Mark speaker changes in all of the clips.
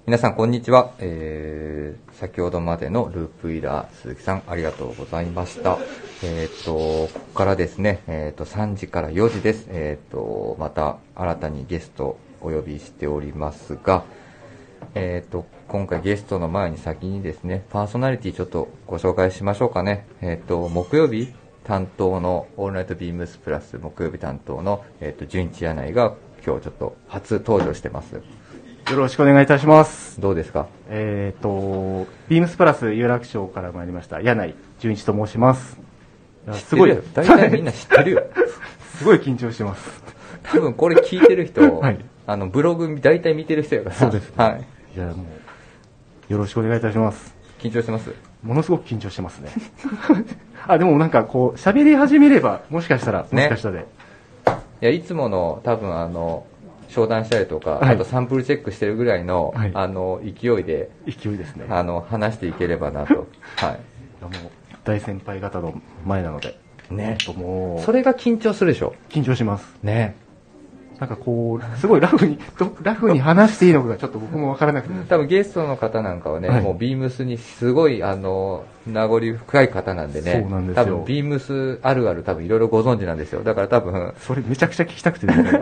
Speaker 1: 皆さんこんにちは。先ほどまでのループイラー鈴木さんありがとうございました。ここからですね、3時から4時です。また新たにゲストお呼びしておりますが、今回ゲストの前に先にですね、パーソナリティちょっとご紹介しましょうかね。木曜日担当のオールナイトビームスプラス木曜日担当の純一柳井が今日ちょっと初登場してます。
Speaker 2: よろしくお願いいたします。
Speaker 1: どうですか？
Speaker 2: ビームスプラス有楽町から参りました柳井純一と申します。
Speaker 1: すごい、大体みんな知ってるよ。
Speaker 2: すごい緊張してます。
Speaker 1: 多分これ聞いてる人、
Speaker 2: はい、
Speaker 1: ブログ大体見てる人やから。
Speaker 2: そうです、ね。
Speaker 1: はい。
Speaker 2: じゃあもうよろしくお願いいたします。
Speaker 1: 緊張してます？
Speaker 2: ものすごく緊張してますね。でもなんかこう喋り始めればもしかしたらで、
Speaker 1: いやいつもの多分商談したりとか、
Speaker 2: はい、
Speaker 1: あとサンプルチェックしてるぐらいの、はい、勢い
Speaker 2: ですね。
Speaker 1: 話していければなと。はい。
Speaker 2: もう大先輩方の前なので、
Speaker 1: ね。
Speaker 2: もう
Speaker 1: それが緊張するでしょ。
Speaker 2: 緊張します。
Speaker 1: ね。
Speaker 2: なんかこうすごいラフに話していいのかちょっと僕も分からなくて、
Speaker 1: 多分ゲストの方なんかはね、はい、もうビームスにすごい名残深い方なんでね。
Speaker 2: そうなんですよ。
Speaker 1: 多分ビームスあるある多分いろいろご存知なんですよ。だから多分
Speaker 2: それめちゃくちゃ聞きたくてね。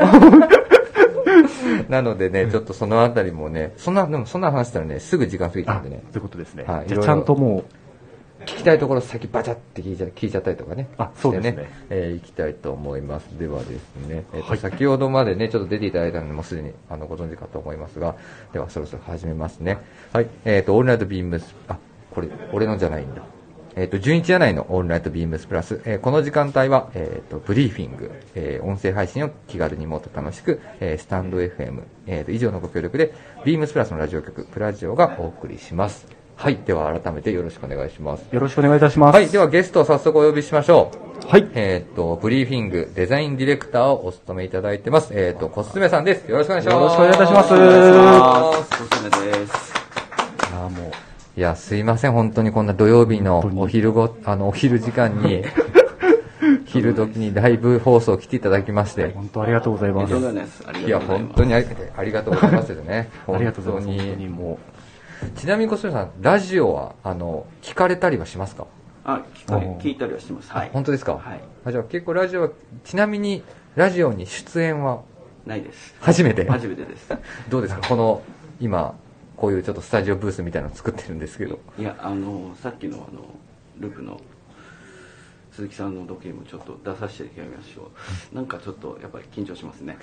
Speaker 1: なのでね、ちょっとそのあたりもね、でもそんな話したらね、すぐ時間過ぎちゃうんでね。
Speaker 2: ということですね。
Speaker 1: はい。
Speaker 2: じゃあちゃんともう
Speaker 1: 聞きたいところ先バチャって聞いちゃったりとかね。
Speaker 2: そうですね。
Speaker 1: 行きたいと思います。ではですね、先ほどまでね、ちょっと出ていただいたので、もうすでにご存知かと思いますが、ではそろそろ始めますね。はい。オールナイトビームス、これ、俺のじゃないんだ。純一柳井のオールナイトビームスプラス、この時間帯は、ブリーフィング、音声配信を気軽にもっと楽しく、スタンド FM、以上のご協力で、ビームスプラスのラジオ局、プラジオがお送りします。はい。では改めてよろしくお願いします。
Speaker 2: よろしくお願いいたします。
Speaker 1: はい。ではゲストを早速お呼びしましょ
Speaker 2: う。はい。
Speaker 1: ブリーフィングデザインディレクターをお務めいただいてます。小菅さんです。よろしくお願いします。
Speaker 2: よろしくお願いいたします。
Speaker 3: 小菅です。
Speaker 1: もう。いや、すいません。本当にこんな土曜日のお昼時間に、昼時にライブ放送来ていただきまして。
Speaker 2: 本当ありがとうございます。
Speaker 1: いや、本当にありがとうございますよね。
Speaker 2: ありがとうございます。本当にも
Speaker 1: う。ちなみに小菅さん、ラジオは、聞かれたりはしますか？
Speaker 3: 聞いたりはします。はい。
Speaker 1: 本当ですか？
Speaker 3: はい。
Speaker 1: じゃあ結構ラジオは、ちなみにラジオに出演は
Speaker 3: ないです。
Speaker 1: 初めてです。どうですか？今、こういうちょっとスタジオブースみたいなのを作ってるんですけど。
Speaker 3: いや、さっきのループの鈴木さんの時計もちょっと出させていただきましょう。なんかちょっとやっぱり緊張しますね。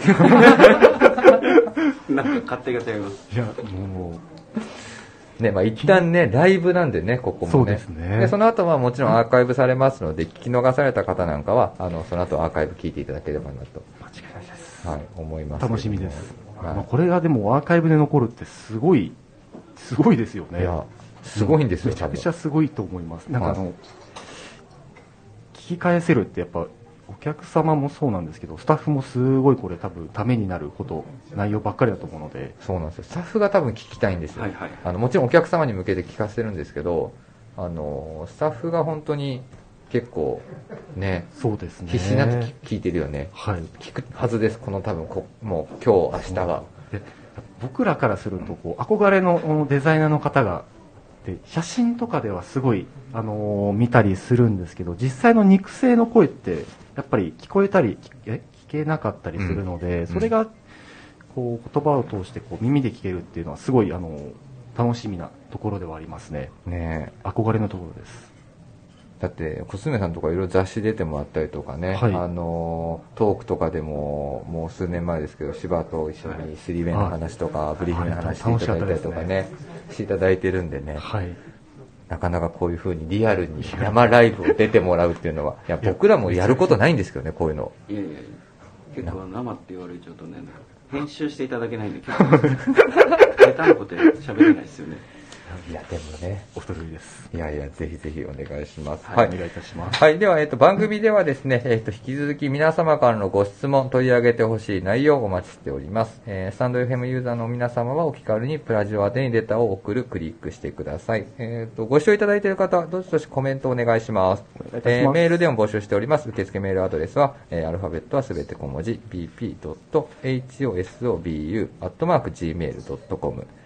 Speaker 3: なんか勝手が違います。
Speaker 2: いや、も
Speaker 1: う。ね、一旦ね、ライブなんでね、ここもね。
Speaker 2: そうですね。
Speaker 1: で、その後はもちろんアーカイブされますので、聞き逃された方なんかは、その後アーカイブ聞いていただければなと。
Speaker 2: 間違いないです。
Speaker 1: はい、思います。
Speaker 2: 楽しみです。これがでもアーカイブで残るってすごいですよね。
Speaker 1: いや、すごいんですよ。
Speaker 2: めちゃくちゃすごいと思います。なんか聞き返せるってやっぱお客様もそうなんですけど、スタッフもすごいこれ多分ためになる内容ばっかりだと思うので。
Speaker 1: そうなんですよ。スタッフが多分聞きたいんですよ。
Speaker 3: はいはい。
Speaker 1: もちろんお客様に向けて聞かせるんですけど、スタッフが本当に結構ね、
Speaker 2: そうですね。
Speaker 1: 必死になって聞いてるよね。
Speaker 2: はい。
Speaker 1: 聞くはずです。もう今日明日は。
Speaker 2: 僕らからすると憧れのデザイナーの方がで写真とかではすごい見たりするんですけど、実際の肉声の声ってやっぱり聞こえたり聞けなかったりするので、それが言葉を通して耳で聞けるっていうのはすごい楽しみなところではありますね。
Speaker 1: ね、
Speaker 2: 憧れのところです。
Speaker 1: だって小菅さんとかいろいろ雑誌出てもらったりとかね、
Speaker 2: はい、
Speaker 1: トークとかでももう数年前ですけど、芝と一緒にスリーウェイの話とか、ブリーフの話していただいたりとかね、していただいてるんでね、
Speaker 2: はい、
Speaker 1: なかなかこういう風にリアルに生ライブを出てもらうっていうのは、いや僕らもやることないんですけどね、こういうの。
Speaker 3: いや結構生って言われちゃうとね、編集していただけないんで結構下手なこと喋れないですよね。
Speaker 1: いやでもね、
Speaker 2: お一人です。
Speaker 1: いやぜひぜひお願いします。
Speaker 2: はい、お願いいたします。
Speaker 1: はい、では番組ではですね、引き続き皆様からのご質問、取り上げてほしい内容をお待ちしております。スタンド FM ユーザーの皆様はお気軽にプラジオ宛てにレターを送るクリックしてください。ご視聴いただいている方はどしどしコメントお願いします。メールでも募集しております。受付メールアドレスは、アルファベットはすべて小文字 bp.hosobu@gmail.com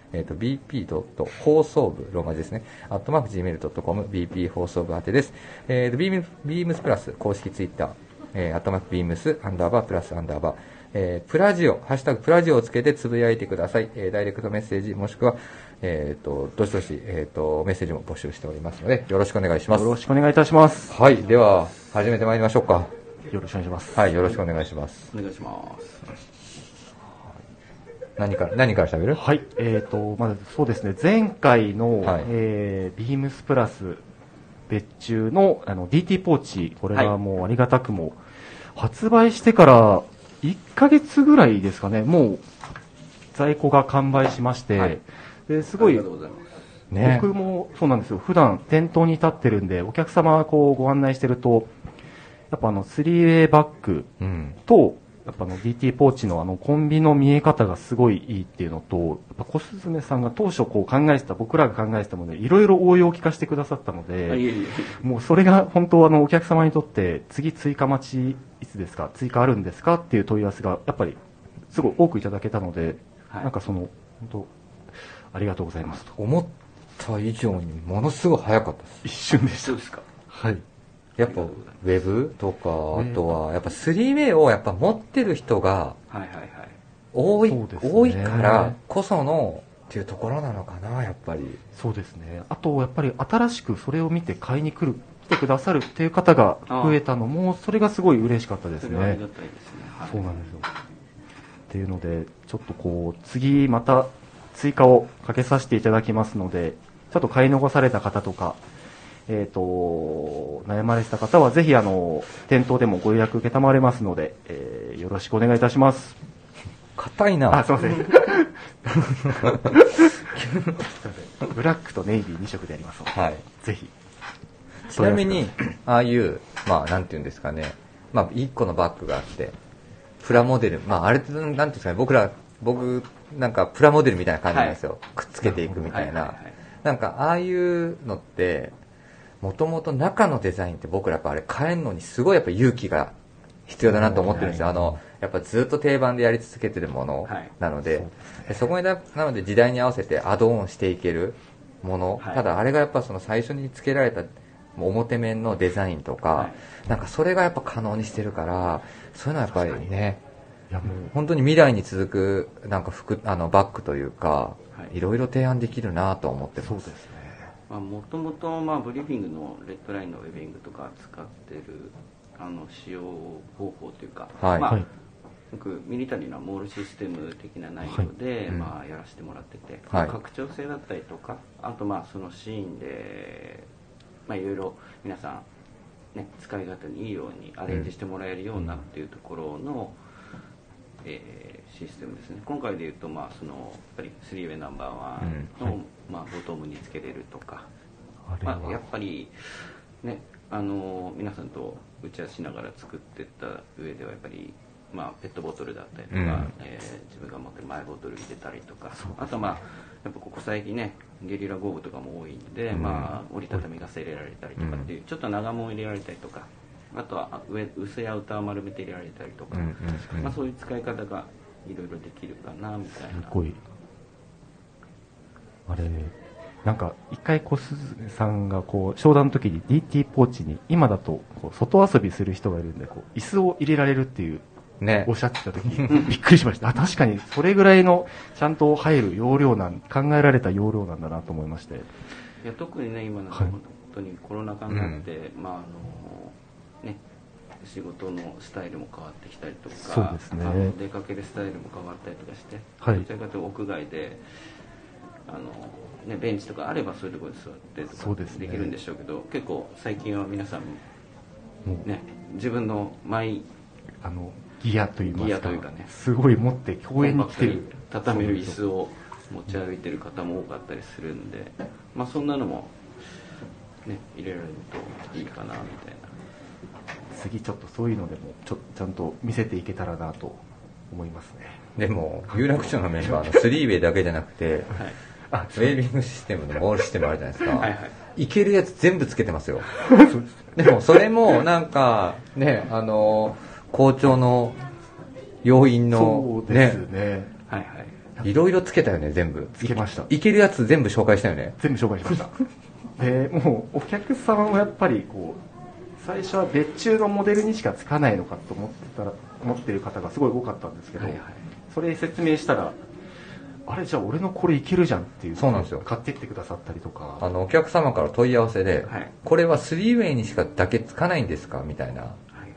Speaker 1: bp. 放送部、ローマ字ですね、@gmail.com、bp 放送部宛てです。ビームスプラス公式ツイッター、ビームス_プラス_プラジオ、ハッシュタグプラジオをつけてつぶやいてください。ダイレクトメッセージもしくは、どしどし、メッセージも募集しておりますので、よろしくお願いします。
Speaker 2: よろしくお願いいたします。
Speaker 1: はい、では、始めてまいりましょうか。
Speaker 2: よろしくお願いします。
Speaker 1: はい、よろしくお願いします。
Speaker 3: お願いします。
Speaker 1: 何から喋る？
Speaker 2: はい、まずそうですね、前回の、
Speaker 1: はい、
Speaker 2: ビームスプラス別注のDT ポーチ、これがもうありがたくも、発売してから1ヶ月ぐらいですかね、もう在庫が完売しまして、はい、ですごい、ね、僕もそうなんですよ、普段店頭に立ってるんで、お客様こうご案内してると、やっぱ3way バッグと、やっぱDT ポーチのコンビの見え方がすごいいいっていうのと、やっぱ小雀さんが当初こう考えてた、僕らが考えてたもので、いろいろ応用を聞かせてくださったので、もうそれが本当お客様にとって、次追加待ちいつですか、追加あるんですかっていう問い合わせが、やっぱりすごい多くいただけたので、はい、なんか本当、ありがとうございますと。
Speaker 1: 思った以上にものすごい早かったです。
Speaker 2: 一瞬でした。
Speaker 3: そうですか。
Speaker 2: はい。
Speaker 1: やっぱウェブとか、あとはやっぱ 3way をやっぱ持ってる人が多いからこそのっていうところなのかな、やっぱり。
Speaker 2: そうですね。あとやっぱり新しくそれを見て買いに来てくださるっていう方が増えたのも、それがすごい嬉しかったですね。ありがたいですね。はい、そうなんですよ。っていうので、ちょっとこう次また追加をかけさせていただきますので、ちょっと買い逃された方とか、悩まれてた方はぜひ店頭でもご予約承れますので、よろしくお願いいたします。
Speaker 1: 硬いな。
Speaker 2: あ、すいません。ブラックとネイビー2色でありますので、はい、ぜひ。
Speaker 1: ちなみにああいうまあなんていうんですかね、まあ1個のバッグがあって、プラモデル、まああれってなんていうんですかね、僕なんかプラモデルみたいな感じなんですよ。はい、くっつけていくみたいな、なんかああいうのって。もともと中のデザインって僕らやっぱあれ変えるのにすごいやっぱ勇気が必要だなと思ってるんですよ。やっぱずっと定番でやり続けてるものなので、そこになので時代に合わせてアドオンしていけるもの、ただあれがやっぱその最初につけられた表面のデザインとか、なんかそれがやっぱ可能にしてるから、そういうのはやっぱりね、本当に未来に続くなんかバッグというか、いろいろ提案できるなと思ってます。そうですね。
Speaker 3: もともとブリーフィングのレッドラインのウェビングとか使ってる使用方法というか、よくミリタリーなモールシステム的な内容で、やらせてもらってて、拡張性だったりとか、あとそのシーンでいろいろ皆さん、ね、使い勝手にいいようにアレンジしてもらえるようなっていうところの、システムですね。今回でいうとやっぱり3wayナンバーワンの、ボトムにつけれるとか、やっぱりね、皆さんと打ち合わせしながら作っていった上ではやっぱりペットボトルだったりとか、自分が持ってるマイボトル入れたりとか、あとやっぱここ最近ねゲリラ豪雨とかも多いんで、折りたたみ傘入れられたりとかっていう、ちょっと長も入れられたりとか、あとは薄いアウター丸めて入れられたりとか、そういう使い方がいろいろできるかなみたいな。
Speaker 2: すごい。あれなんか一回小鈴さんが商談の時に DT ポーチに今だと外遊びする人がいるんで椅子を入れられるっていう、おっしゃってた時にびっくりしました。確かにそれぐらいのちゃんと入る容量考えられた容量なんだなと思いまして。い
Speaker 3: や特にね今の本当にコロナ禍になって、仕事のスタイルも変わってきたりとか、
Speaker 2: そうですね、
Speaker 3: 出かけるスタイルも変わったりとかして、どちらかというと屋外でベンチとかあればそういうところで座ってとかできるんでしょうけど、結構最近は皆さん自分のマイ
Speaker 2: ギアといいますか、すごい持って公園に来てる
Speaker 3: 畳める椅子を持ち歩いてる方も多かったりするんで、そんなのも入れられるといいかなみたいな。
Speaker 2: 次ちょっとそういうのでもちゃんと見せていけたらなと思いますね。
Speaker 1: でも有楽町のメンバーの3wayだけじゃなくて、ウェービングシステムのモールシステムあるじゃないですか。いけるやつ全部つけてますよ。でもそれもなんかね、好調の要因の
Speaker 2: そうですね。
Speaker 1: いろいろつけたよね、全部。
Speaker 2: つけました。
Speaker 1: いけるやつ全部紹介したよね。
Speaker 2: 全部紹介しました。もうお客様もやっぱりこう最初は別注のモデルにしかつかないのかと思ってる方がすごい多かったんですけど、それ説明したら、あれじゃあ俺のこれいけるじゃんっていう、
Speaker 1: そうなんですよ。
Speaker 2: 買ってってくださったりとか、
Speaker 1: お客様から問い合わせで、これは3ウェイにしかだけつかないんですかみたいな、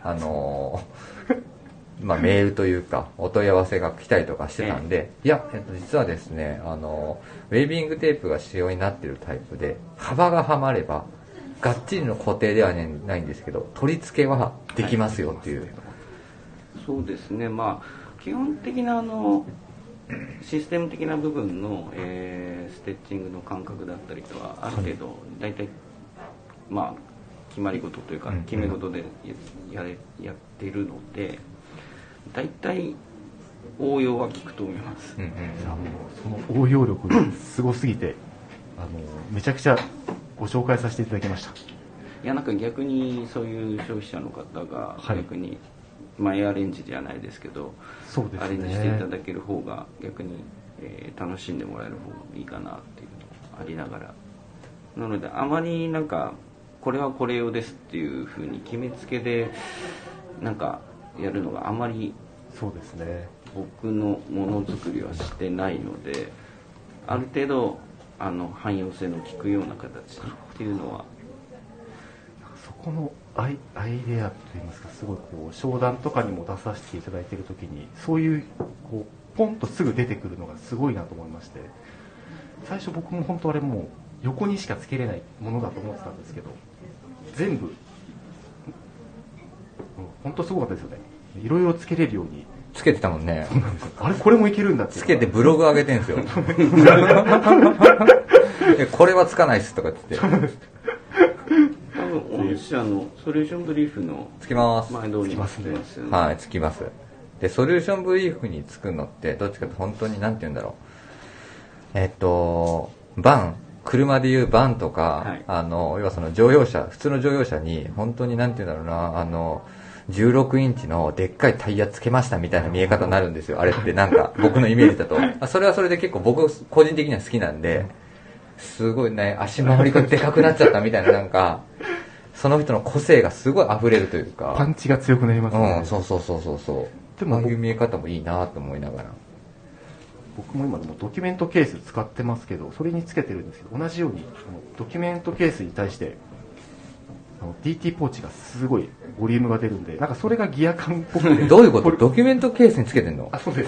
Speaker 1: まあ、メールというかお問い合わせが来たりとかしてたんで、いや、実はですね、ウェービングテープが仕様になっているタイプで、幅がはまればがっちりの固定ではないんですけど、取り付けはできますよっていう、
Speaker 3: そうですね、まあ基本的なシステム的な部分の、ステッチングの感覚だったりとはある程度大体、まあ決まり事というか決め事でやってるので、大体応用は効くと思います。
Speaker 2: その応用力がすごすぎてめちゃくちゃご紹介させていただきました。い
Speaker 3: や、なんか逆にそういう消費者の方が逆に、マイアレンジじゃないですけど、
Speaker 2: そうですね、
Speaker 3: アレンジしていただける方が逆に、楽しんでもらえる方がいいかなっていうのがありながら、なのであまりなんかこれはこれ用ですっていう風に決めつけでなんかやるのがあまり、
Speaker 2: そうですね、
Speaker 3: 僕のものづくりはしてないので、ある程度汎用性の効くような形っていうのは、
Speaker 2: そこのアイデアといいますか、すごいこう商談とかにも出させていただいている時に、そういうこうポンとすぐ出てくるのがすごいなと思いまして、最初僕も本当あれもう横にしかつけれないものだと思ってたんですけど、全部本当すごかったですよね。いろいろつけれるように
Speaker 1: つけてたもんね。
Speaker 2: そうなんですよ。あれこれもいけるんだって。
Speaker 1: つけてブログ上げてんですよ。これはつかないっすとかって言って。
Speaker 3: 多分御社のソリューションブリーフの
Speaker 1: つきます。
Speaker 3: 前通りにつきますよね。
Speaker 1: はい、つきます。でソリューションブリーフにつくのってどっちかと本当になんて言うんだろう、バン、車でいうバンとか、要はその乗用車、普通の乗用車に本当になんて言うんだろうな、16インチのでっかいタイヤつけましたみたいな見え方になるんですよ。あれってなんか僕のイメージだと、それはそれで結構僕個人的には好きなんで、すごいね、足回りがでかくなっちゃったみたいな、なんかその人の個性がすごい溢れるというか、
Speaker 2: パンチが強くなりますね。
Speaker 1: そうそうそうそうそう。でもああいう見え方もいいなと思いながら、
Speaker 2: 僕も今でもドキュメントケース使ってますけど、それにつけてるんですけど、同じようにドキュメントケースに対してDT ポーチがすごいボリュームが出るんで、なんかそれがギア感っぽくて。
Speaker 1: どういうこと？ドキュメントケースにつけてんの？
Speaker 2: あ、そうです。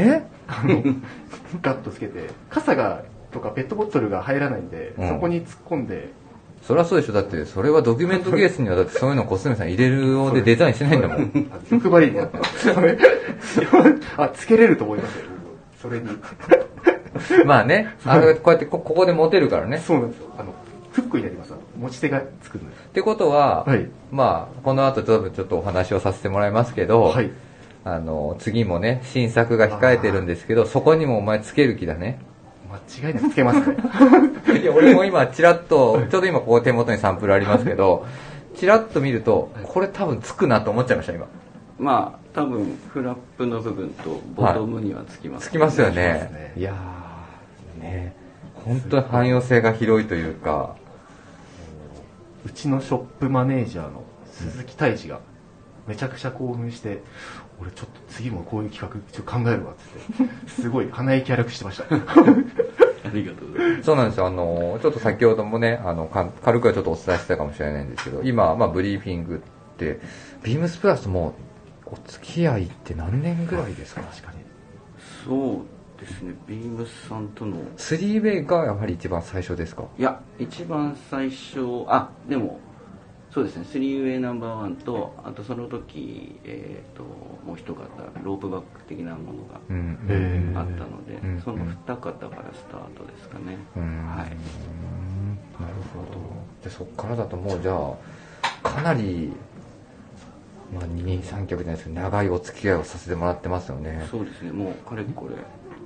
Speaker 2: ガッとつけて、傘がとかペットボトルが入らないんで、そこに突っ込んで。
Speaker 1: そりゃそうでしょ。だってそれはドキュメントケースにはだってそういうのコスメさん入れるようでデザインしてないんだもん。
Speaker 2: 欲張りになってつけれると思いますよ、それに。
Speaker 1: まあね、こうやってここで持てるからね。
Speaker 2: そうなんですよ。フックになります。持ち手がつくんです。
Speaker 1: ってことは、まあこの後ちょっとお話をさせてもらいますけど、次もね新作が控えてるんですけど、そこにもお前つける気だね。
Speaker 2: 間違いなくつけますね。
Speaker 1: いや俺も今チラッとちょうど今ここ手元にサンプルありますけど、チラッと見るとこれ多分つくなと思っちゃいました今。
Speaker 3: まあ多分フラップの部分とボトムにはつきます、
Speaker 1: つきますよね。いやーね、本当に汎用性が広いというか、
Speaker 2: うちのショップマネージャーの鈴木泰治がめちゃくちゃ興奮して、俺ちょっと次もこういう企画ちょっと考えるわってすごい鼻息荒くしてました。
Speaker 3: ありがとうございます。
Speaker 1: そうなんですよ。ちょっと先ほどもね軽くはちょっとお伝えしてたかもしれないんですけど、今、ブリーフィングってビームスプラスもお付き合いって何年ぐらいですか？確かに
Speaker 3: そうですね、ビームスさんとの
Speaker 1: 3ウェイがやはり一番最初ですか？
Speaker 3: いや、一番最初、でもそうですね、3ウェイナンバーワンと、あとその時、もう一方ロープバック的なものがあったので、その二方からスタートですかね。はい。
Speaker 1: なるほど。でそっからだともうじゃあかなり二人三脚じゃないですけど長いお付き合いをさせてもらってますよね。
Speaker 3: そうですね、もうかれこれ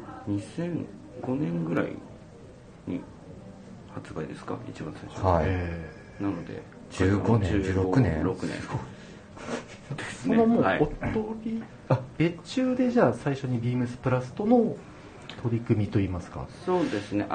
Speaker 3: 2005年ぐらいに発売ですか、一番最初。
Speaker 1: はい。
Speaker 3: なので
Speaker 1: 15年16年
Speaker 3: 6年
Speaker 2: そのもうおとり別注でじゃあ最初にビームスプラスとの取り組みといいますか。
Speaker 3: そうですね、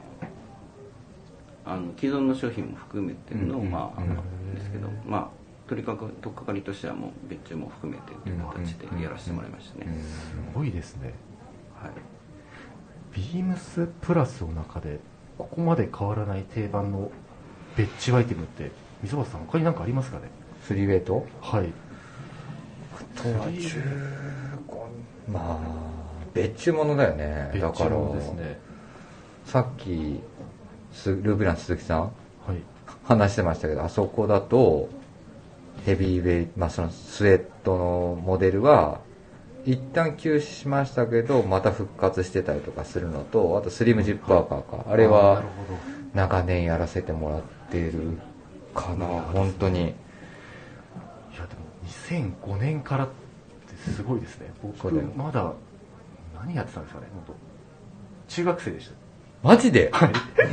Speaker 3: 既存の商品も含めての、ですけど、取っかかりとしてはもう別注も含めてという形でやらせてもらいましたね。
Speaker 2: すごいですね。
Speaker 3: はい。
Speaker 2: ビームスプラスの中でここまで変わらない定番の別注アイテムって溝端さん他に何かありますかね。
Speaker 1: スリーウェイト、
Speaker 2: はい。
Speaker 1: あとは別注ものだよね。
Speaker 2: 別注ものですね。
Speaker 1: さっきルーブラン鈴木さん、
Speaker 2: はい、
Speaker 1: 話してましたけど、あそこだとヘビーウェイ、そのスウェットのモデルは一旦休止しましたけどまた復活してたりとかするのと、あとスリムジップワーカーか、あれは長年やらせてもらっているかな。本当に。いや
Speaker 2: でも2005年からってすごいですね。僕まだ何やってたんですかね。本当中学生でした。
Speaker 1: マジで？
Speaker 2: はい。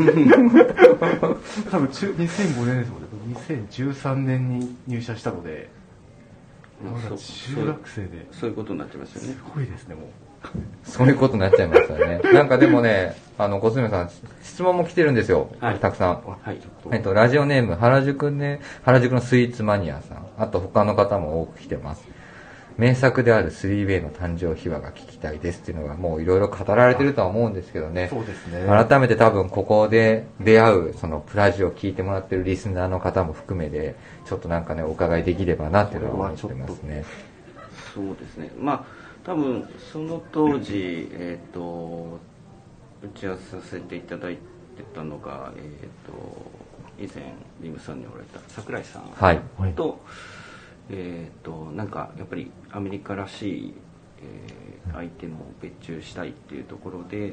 Speaker 2: 多分2005年ですもんね。2013年に入社したので、まだ中学生で。
Speaker 3: そういうことになってますよね。
Speaker 2: すごいですね、もう。
Speaker 1: そういうことになっちゃいますよね。なんかでもね、小杉さん、質問も来てるんですよ。はい、たくさん。
Speaker 3: はい。
Speaker 1: ラジオネーム、原宿のスイーツマニアさん。あと他の方も多く来てます。名作であるスリーウェイの誕生秘話が聞きたいですっていうのがもういろいろ語られてるとは思うんですけどね。
Speaker 2: そうですね。
Speaker 1: 改めて多分ここで出会うそのプラジオを聞いてもらってるリスナーの方も含めてちょっとなんかねお伺いできればなっていうのは思ってますね。
Speaker 3: そうですね。多分その当時打ち合わせさせていただいてたのが以前ビームさんにおられた櫻井さんと、
Speaker 1: はい、
Speaker 3: なんかやっぱりアメリカらしい、アイテムを別注したいっていうところで、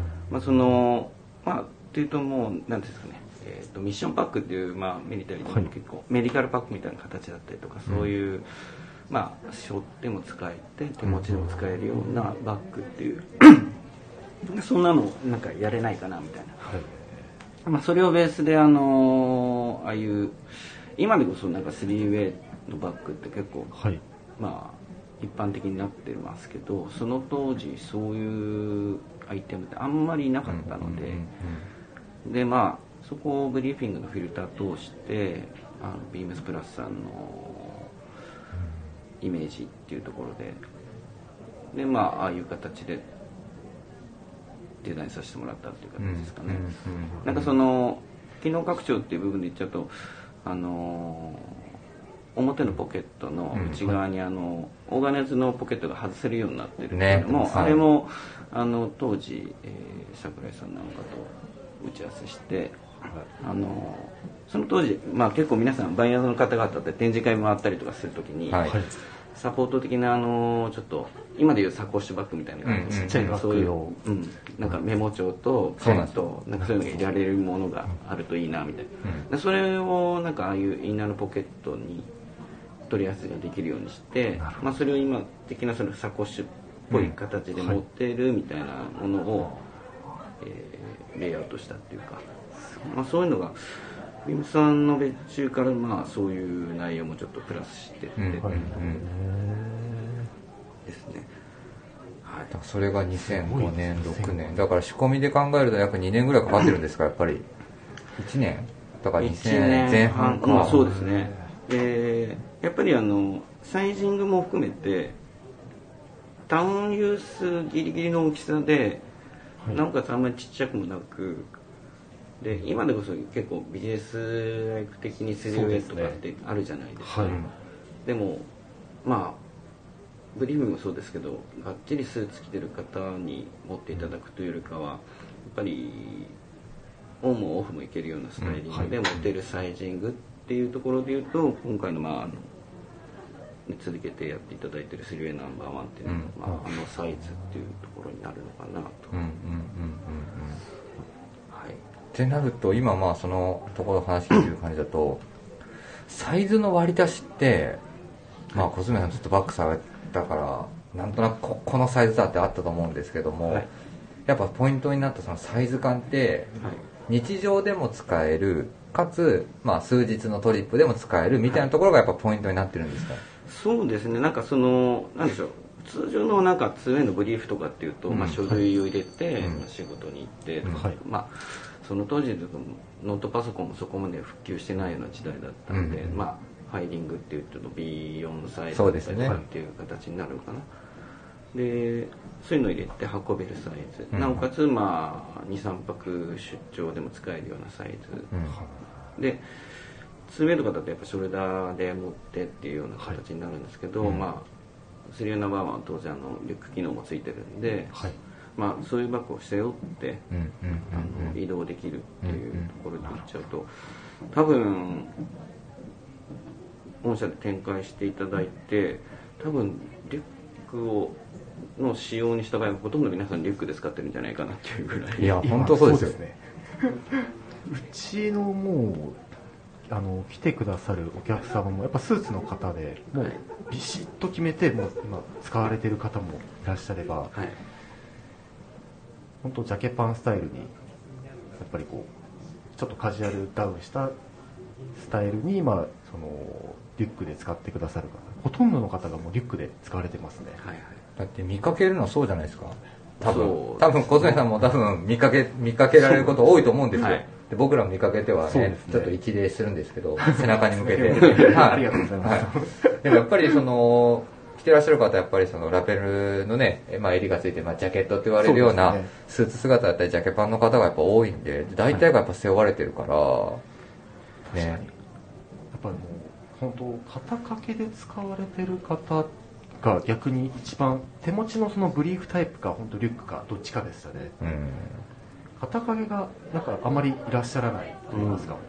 Speaker 3: っていうともう何ですかね、ミッションパックっていう、ミリタリーでも結構、メディカルパックみたいな形だったりとか、そういう、背負っても使えて手持ちでも使えるようなバッグっていうそんなのなんかやれないかなみたいな、それをベースでああいう今でこそなんかスリーウェイのバッグって結構、一般的になってますけど、その当時そういうアイテムってあんまりなかったので、でそこをブリーフィングのフィルター通してビームスプラスさんのイメージっていうところでああいう形でデザインさせてもらったっていう形ですかね。なんかその機能拡張っていう部分で言っちゃうと表のポケットの内側にオーガナイズのポケットが外せるようになってるけれども、あれも当時櫻井さんなんかと打ち合わせして、その当時、結構皆さんバイヤーの方々って展示会回ったりとかするときに、サポート的なちょっと今でいうサコッシュバッグみたいな感じで、ちっちゃいそういう、なんかメモ帳とペンとなんかそういうのが入れられるものがあるといいなみたいな、それをなんかああいうインナーのポケットに取り合わせができるようにして、それを今的なそのサコッシュっぽい形で持っているみたいなものを、レイアウトしたっていうか、そういうのがビームさんの別注からそういう内容もちょっとプラスしてってですね。
Speaker 1: それが2005年6年だから仕込みで考えると約2年ぐらいかかってるんですか。やっぱり1年だから2000年前半か。
Speaker 3: そうですね。やっぱりサイジングも含めてタウンユースギリギリの大きさで、なおかつあんまりちっちゃくもなくで、今でこそ結構ビジネスライク的にスリーウェイとかってあるじゃないですか。でもブリーフもそうですけど、がっちりスーツ着てる方に持っていただくというよりかはやっぱりオンもオフもいけるようなスタイリングで持てるサイジングっていうところでいうと、今回の続けてやっていただいているスリーウェイナンバーワンっていうのは、サイズっていうところになるのかなと。
Speaker 1: ってなると今そのところ話聞いてる感じだとサイズの割り出しって小爪さんずっとバックされたからなんとなくこのサイズだってあったと思うんですけども、やっぱポイントになったそのサイズ感って、日常でも使えるかつ、数日のトリップでも使えるみたいなところがやっぱポイントになってるんですか。
Speaker 3: そうですね。なんかなんでしょう、普通常のなんか2wayのブリーフとかっていうと、書類を入れて、仕事に行って、その当時だとノートパソコンもそこまで普及してないような時代だったので、ファイリングっていうと B4 サイズだったりとかっていう形になるのかな。でそういうのを入れて運べるサイズ、なおかつ23泊出張でも使えるようなサイズ、で2wayとかだとやっぱショルダーで持ってっていうような形になるんですけど、3wayナンバーワンは当然リュック機能もついてるんで、そういうバッグを背負って移動できるっていうところで言っちゃうと、多分御社で展開していただいて、多分リュックの仕様にした場合はほとんど皆さんリュックで使ってるんじゃないかなっていうぐらい。
Speaker 1: いや本当そうですよね。
Speaker 2: うちのもう来てくださるお客様もやっぱスーツの方でもうビシッと決めてもう今使われてる方もいらっしゃれば、本当ジャケパンスタイルにやっぱりこうちょっとカジュアルダウンしたスタイルにそのリュックで使ってくださる方、ほとんどの方がもうリュックで使われてますね。
Speaker 1: だって見かけるのはそうじゃないですか。多分小杉さんも多分見かけられること多いと思うんですよ。で僕らも見かけてはねちょっと一礼するんですけど、背中に向けて
Speaker 2: ありがとうございます。
Speaker 1: でもやっぱり着てらっしゃる方はやっぱりラペルのね、襟がついて、ジャケットって言われるようなスーツ姿だったりジャケパンの方がやっぱ多いんで、大体がやっぱ背負われてるからね。やっ
Speaker 2: ぱりもう本当肩掛けで使われてる方が逆に一番手持ちのそのブリーフタイプか本当リュックかどっちかですよね。肩掛けがなんかあまりいらっしゃらないと言いますか。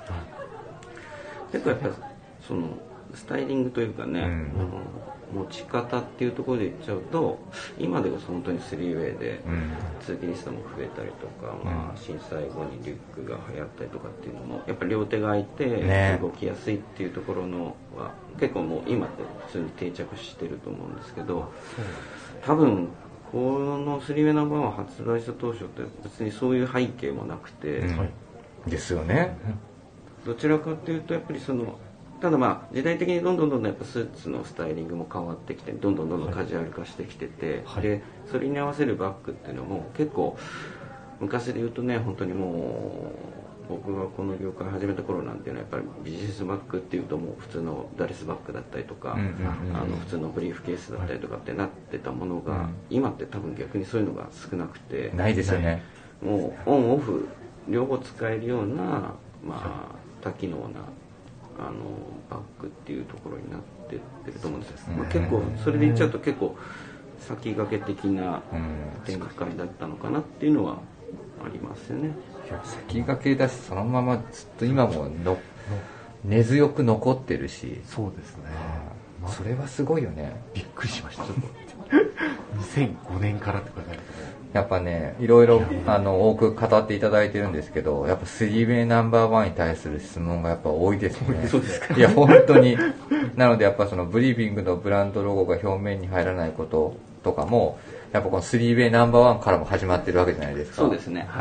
Speaker 3: 結構やっぱそのスタイリングというかね、持ち方っていうところで言っちゃうと、今でこそ本当に 3way で通勤リストも増えたりとか、震災後にリュックが流行ったりとかっていうのもやっぱり両手が空いて動きやすいっていうところのは結構もう今って普通に定着してると思うんですけど、多分この 3way ナンバーワン発売した当初って別にそういう背景もなくて、
Speaker 1: ですよね。
Speaker 3: どちらかっていうとやっぱりただ時代的にどんどんやっぱスーツのスタイリングも変わってきて、どんどんカジュアル化してきてて、でそれに合わせるバッグっていうのも結構昔で言うとね、本当にもう僕がこの業界始めた頃なんていうのはやっぱりビジネスバッグっていうともう普通のダレスバッグだったりとか、普通のブリーフケースだったりとかってなってたものが、今って多分逆にそういうのが少なくて、
Speaker 1: ないですよね。
Speaker 3: もうオンオフ両方使えるような多機能なバッグっていうところになってってると思うんですよ。結構それで言っちゃうと結構先駆け的な展開だったのかなっていうのはありますよね。
Speaker 1: いや先駆けだし、そのままずっと今も根強く残ってるし。
Speaker 2: そうですね。
Speaker 1: それはすごいよね。
Speaker 2: びっくりしました。ちょっと2005年からって考えると
Speaker 1: やっぱね、いろいろ多く語っていただいてるんですけど、やっぱ3wayナンバーワンに対する質問がやっぱ多いですね。
Speaker 3: そうですか。
Speaker 1: いや本当に。なのでやっぱそのブリーフィングのブランドロゴが表面に入らないこととかも、やっぱこの 3wayナンバーワンからも始まってるわけじゃないですか。
Speaker 3: そうですね。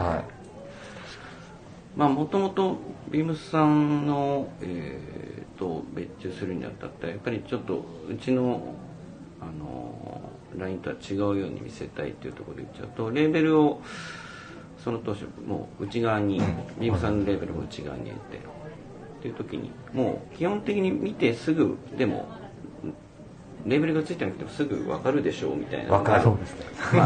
Speaker 3: もともとビームスさんの別注するにあたってやっぱりちょっとうちのラインとは違うように見せたいというところで言っちゃうと、レーベルをその当初もう内側にビームさんのレーベルも内側に入れてっていう時に、もう基本的に見てすぐでもレーベルがついてなくてもすぐ分かるでしょうみたいな。
Speaker 1: 分かる。
Speaker 2: そうですね。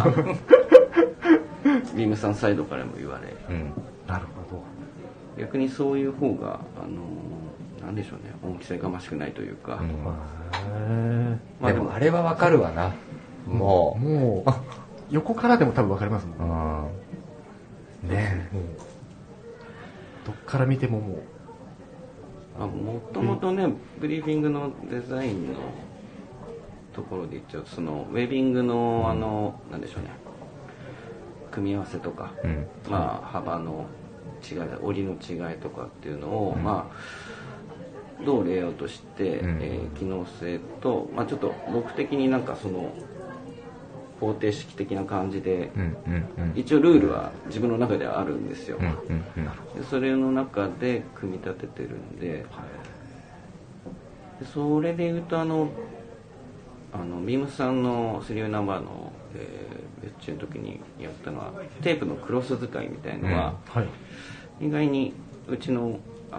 Speaker 3: ビームさんサイドからも言われ、
Speaker 2: なるほど。
Speaker 3: 逆にそういう方がなんでしょうね、恩着せがましくないというか。
Speaker 1: でもあれは分かるわな。も
Speaker 2: う横からでも多分分かりますもん
Speaker 1: ね。
Speaker 2: どっから見てもも
Speaker 3: ともとね、ブリーフィングのデザインのところで言っちゃうと、そのウェビングのなんでしょうね、組み合わせとか、幅の違い、折りの違いとかっていうのを、どうレイアウトして、機能性と、ちょっと僕的になんかその方程式的な感じで、一応ルールは自分の中ではあるんですよ。でそれの中で組み立ててるんで、それでいうとビームスさんの3ナンバーの、別注の時にやったのはテープのクロス使いみたいのは、意外にうちの、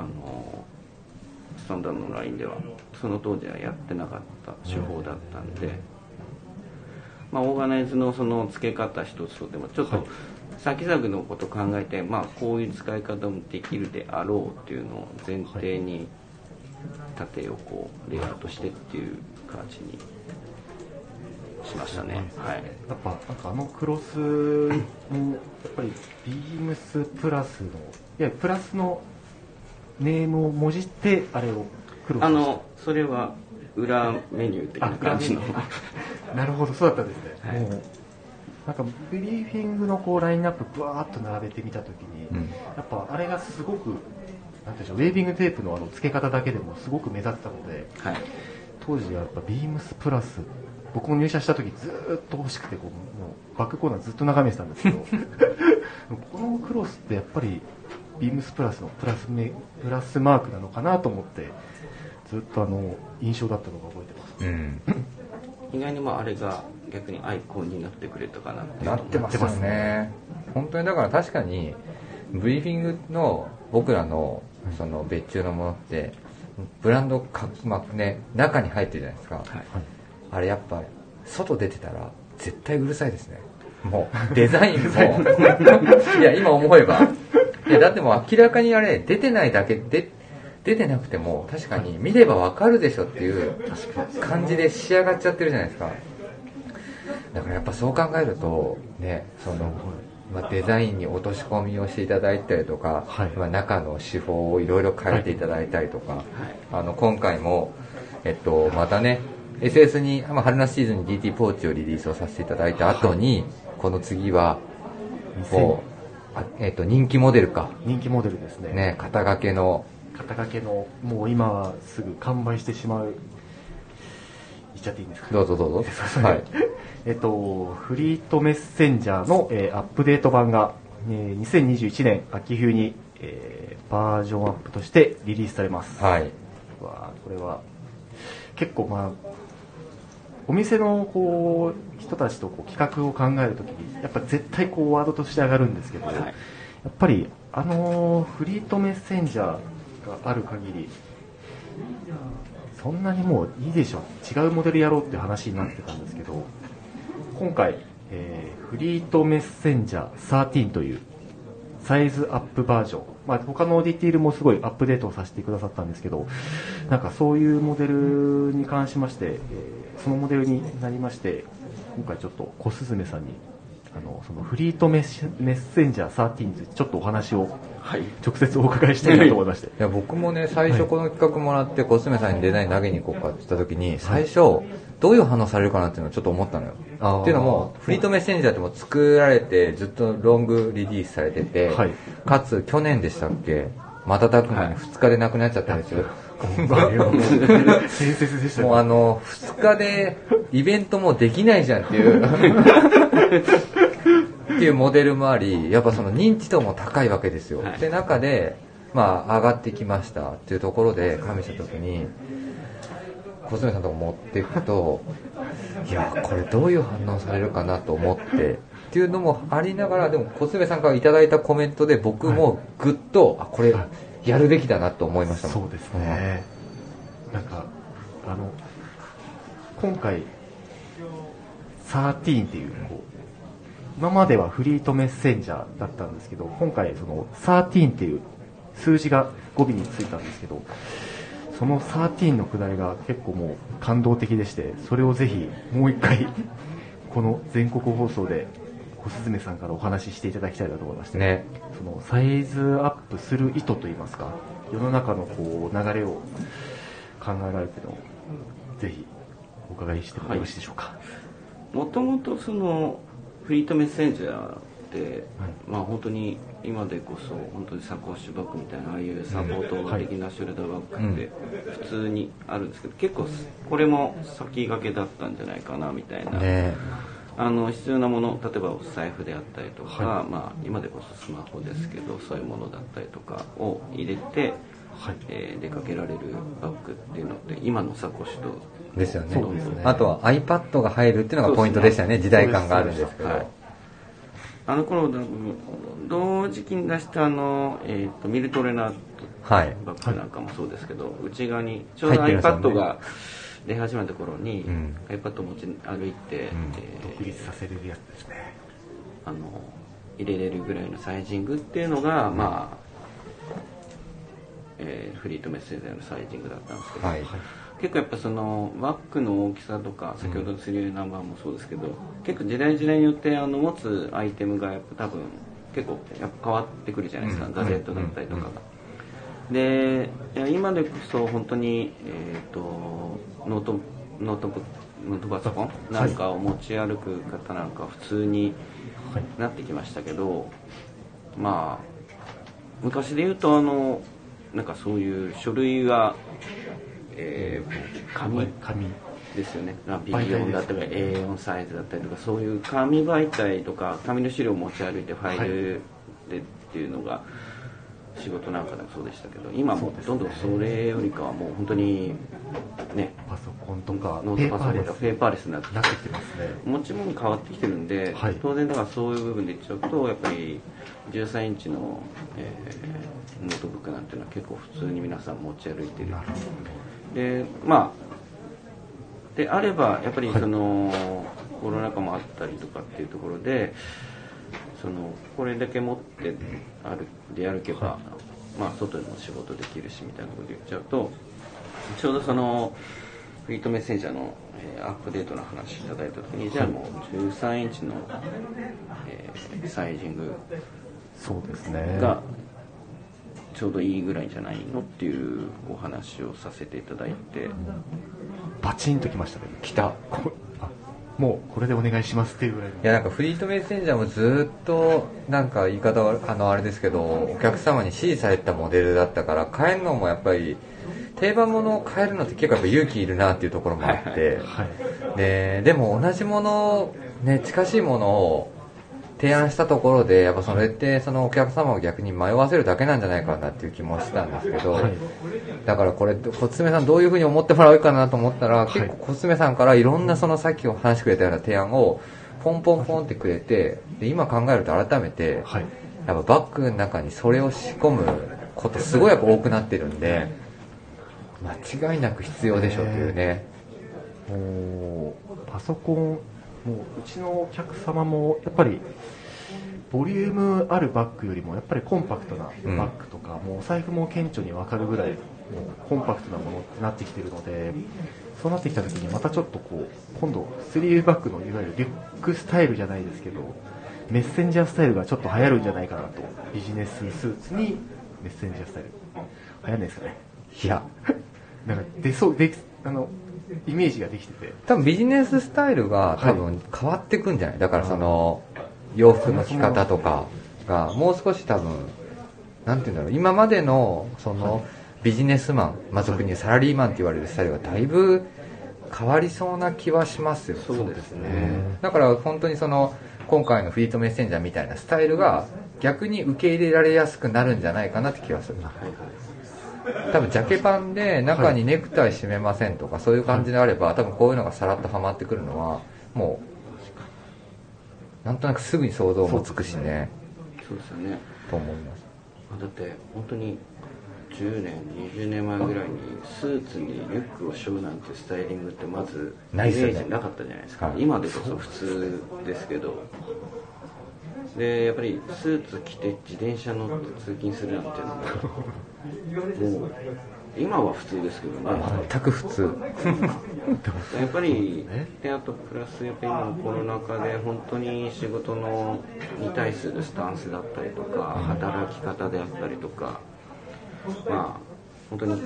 Speaker 3: スタンダードのラインではその当時はやってなかった手法だったんで、オーガナイズのその付け方一つとでもちょっと先々のことを考えて、こういう使い方もできるであろうっていうのを前提に縦をこうレイアウトしてっていう感じにしましたね。はい。
Speaker 2: やっぱなんかクロスもやっぱりビームスプラスのいやプラスのネームをもじってあれをクロスして
Speaker 3: それは裏メニュー的な感じの
Speaker 2: なるほど、そうだったんですね。
Speaker 3: はい、
Speaker 2: もうなんかブリーフィングのこうラインナップブワーッと並べてみたときに、やっぱあれがすごくなんていうんでしょう、ウェービングテープの付け方だけでもすごく目立ったので、当時はやっぱビームスプラス僕も入社した時ずーっと欲しくてもうバックコーナーずっと眺めてたんですけどこのクロスってやっぱりビームスプラスのプラスマークなのかなと思ってずっと印象だったのが覚えてます、
Speaker 3: 意外にあれが逆にアイコンになってくれたかなって
Speaker 1: なってますよね。本当にだから確かにブリーフィングの僕らのその別注のものってブランドね、中に入ってるじゃないですか、あれやっぱ外出てたら絶対うるさいですね。もうデザインもいや今思えばいやだってもう明らかにあれ出てないだけで出てなくても確かに見ればわかるでしょっていう感じで仕上がっちゃってるじゃないですか。だからやっぱそう考えるとね、デザインに落とし込みをしていただいたりとか、中の手法をいろいろ変えていただいたりとか、今回もまたね SS に春夏シーズンに DT ポーチをリリースをさせていただいた後に、この次はもう人気モデル
Speaker 2: ですね。
Speaker 1: 肩掛けの
Speaker 2: もう今はすぐ完売してしまう。言っちゃっていいんですか？
Speaker 1: どうぞ
Speaker 2: はいフリートメッセンジャーの、アップデート版が、2021年秋冬に、バージョンアップとしてリリースされます。これは結構お店の人たちと企画を考えるときにやっぱ絶対ワードとして上がるんですけど、やっぱりフリートメッセンジャーがある限りそんなにもういいでしょ、違うモデルやろうっていう話になってたんですけど、今回、フリートメッセンジャー13というサイズアップバージョン、他のディティールもすごいアップデートをさせてくださったんですけど、なんかそういうモデルに関しまして、そのモデルになりまして、今回ちょっと小雀さんにそのフリートメッセンジャー13についてちょっとお話を直接お伺いしたいなと思いまして、
Speaker 1: いや僕もね最初この企画もらって小雀さんにデザイン投げに行こうかって言った時に、最初どういう反応されるかなっていうのをちょっと思ったのよ。っていうのもフリートメッセンジャーってもう作られてずっとロングリリースされてて、かつ去年でしたっけ、瞬く間に2日でなくなっちゃったんですよ。
Speaker 2: 伝説でしたね。
Speaker 1: もう2日でイベントもできないじゃんっていうっていうモデルもあり、やっぱその認知度も高いわけですよ。で中で上がってきましたっていうところで加味した時に小爪さんとか持っていくと、いやこれどういう反応されるかなと思ってっていうのもありながら、でも小爪さんからいただいたコメントで僕もぐっと、これやるべきだなと思いましたもん。
Speaker 2: そうですね。なんか今回13っていう今まではフリートメッセンジャーだったんですけど、今回その13っていう数字が語尾についたんですけど、その13のくだりが結構もう感動的でして、それをぜひもう一回この全国放送で小雀さんからお話ししていただきたいなと思いまして、ね、そのサイズアップする意図といいますか、世の中の流れを考えられてるのをぜひお伺いしてもよろしいでしょうか。
Speaker 3: もともとそのフリートメッセンジャーって、本当に今でこそ本当にサコッシュバッグみたいなああいうサポート的なショルダーバッグって普通にあるんですけど、結構これも先駆けだったんじゃないかなみたいな必要なもの、例えばお財布であったりとか、今でこそスマホですけど、そういうものだったりとかを入れて、出かけられるバッグっていうのって今のサコッシュと
Speaker 1: ですよね。あとは iPad が入るっていうのがポイントでしたよね。時代感があるんですけど、
Speaker 3: あの頃同時期に出したミルトレナーバッグなんかもそうですけど、内側にちょうど iPad が出始めた頃に、iPad を持ち歩いて、
Speaker 2: 独立させれるやつですね。
Speaker 3: 入れれるぐらいのサイジングっていうのが、フリートメッセンジャーのサイジングだったんですけど、結構やっぱそのバッグの大きさとか、先ほどの3ナンバーもそうですけど、結構時代によって持つアイテムがやっぱ多分結構やっぱ変わってくるじゃないですか、ガジェットだったりとかが。で今でこそ本当に、ノートパソコンなんかを持ち歩く方なんか普通になってきましたけど、昔で言うとなんかそういう書類が、紙ですよね。B4 だったり A4 サイズだったりとか、そういう紙媒体とか紙の資料を持ち歩いてファイルでっていうのが仕事なんかでもそうでしたけど、今もどんどんそれよりかはもう本当にね、
Speaker 2: パソコンとか
Speaker 3: ノートパソコンとかペーパーレスになって
Speaker 2: きてますね。
Speaker 3: 持ち物変わってきてるんで、当然だからそういう部分で言っちゃうと、やっぱり13インチの、ノートブックなんていうのは結構普通に皆さん持ち歩いてる。でであればやっぱりその、コロナ禍もあったりとかっていうところで、これだけ持って出歩けば、外でも仕事できるしみたいなこと言っちゃうと、ちょうどそのフリートメッセンジャーの、アップデートの話いただいた時に、じゃあもう13インチの、サイジングがちょうどいいぐらいじゃないのっていうお話をさせていただいて、
Speaker 2: バチンときましたね。来た。もうこれでお願いしますっていうぐらいの。
Speaker 1: いや、なんかフリートメッセンジャーもずっとなんか言い方はあれですけど、お客様に支持されたモデルだったから、変えるのもやっぱり定番ものを変えるのって結構やっぱ勇気いるなっていうところもあって、でも同じものね、近しいものを提案したところで、やっぱそれってそのお客様を逆に迷わせるだけなんじゃないかなっていう気もしたんですけど、だからこれコツメさんどういうふうに思ってもらうかなと思ったら、結構コツメさんからいろんなそのさっきお話してくれたような提案をポンポンポンってくれて、で今考えると改めて、やっぱバッグの中にそれを仕込むことすごいやっぱ多くなってるんで、間違いなく必要でしょうというね。
Speaker 2: パソコンもうちのお客様もやっぱりボリュームあるバッグよりもやっぱりコンパクトなバッグとか、もうお財布も顕著に分かるぐらいもうコンパクトなものってなってきてるので、そうなってきた時にまたちょっと今度スリーブバッグのいわゆるリュックスタイルじゃないですけど、メッセンジャースタイルがちょっと流行るんじゃないかなと。ビジネススーツにメッセンジャースタイル流行らないですかね。いやなんかイメージができてて、
Speaker 1: 多分ビジネススタイルが多分変わってくんじゃない。だからその洋服の着方とかがもう少し多分なんていうんだろう、今までのそのビジネスマン、俗にサラリーマンって言われるスタイルがだいぶ変わりそうな気はしますよ。
Speaker 3: そうですね。
Speaker 1: だから本当にその今回のフリートメッセンジャーみたいなスタイルが逆に受け入れられやすくなるんじゃないかなって気がする。多分ジャケパンで中にネクタイ締めませんとか、そういう感じであれば多分こういうのがさらっとはまってくるのはもうなんとなくすぐに想像もつくしね。
Speaker 3: そうですよね。
Speaker 1: と思います。
Speaker 3: だって本当に10年20年前ぐらいにスーツにリュックを背負うなんてスタイリングってまずイメージなかったじゃないですか。今でこそ普通ですけど、でやっぱりスーツ着て自転車乗って通勤するなんていうのももう今は普通ですけどね。
Speaker 1: 全く普通。
Speaker 3: やっぱりで、あとプラスやっぱり今のコロナ禍で本当に仕事に対するスタンスだったりとか、働き方であったりとか、本当に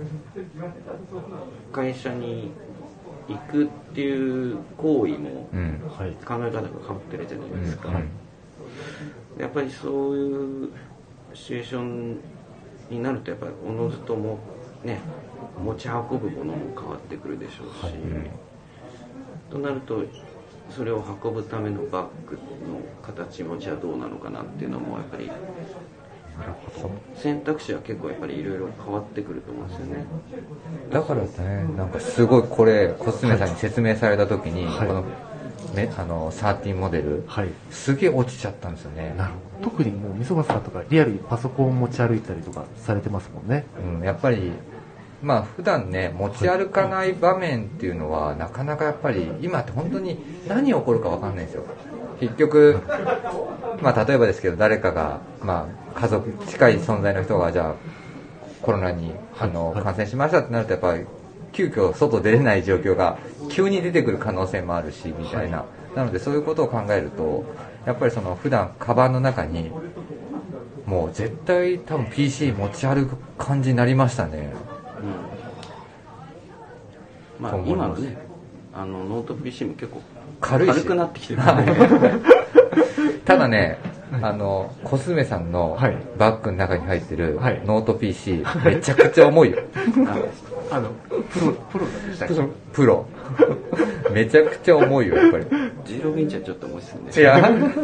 Speaker 3: 会社に行くっていう行為も考え方が変わってるじゃないですか。やっぱりそういうシチュエーションになるとやっぱりおのずともね、持ち運ぶものも変わってくるでしょうし、となるとそれを運ぶためのバッグの形もじゃあどうなのかなっていうのもやっぱり選択肢は結構やっぱりいろいろ変わってくると思うんですよね。
Speaker 1: だからね、なんかすごいこれコスメさんに説明された時に、この13モデル、すげえ落ちちゃったんですよね。
Speaker 2: なるほど。特にもう溝端さんとかリアルにパソコンを持ち歩いたりとかされてますもんね。
Speaker 1: やっぱりまあ普段ね持ち歩かない場面っていうのはなかなかやっぱり今って本当に何起こるか分かんないんですよ。結局まあ例えばですけど誰かがまあ家族近い存在の人がじゃあコロナに感染しましたってなるとやっぱり急遽外出れない状況が急に出てくる可能性もあるしみたいな、なのでそういうことを考えるとやっぱりその普段カバンの中にもう絶対多分 PC 持ち歩く感じになりましたね。
Speaker 3: まあ今のねノート PC も結構
Speaker 1: 軽
Speaker 3: くなってきてる
Speaker 1: ただねコスメさんのバッグの中に入ってるノート PC、めちゃくちゃ重いよ。プロめちゃくちゃ重いよやっぱり。
Speaker 3: 16インチはちょっと重いですね。
Speaker 2: いや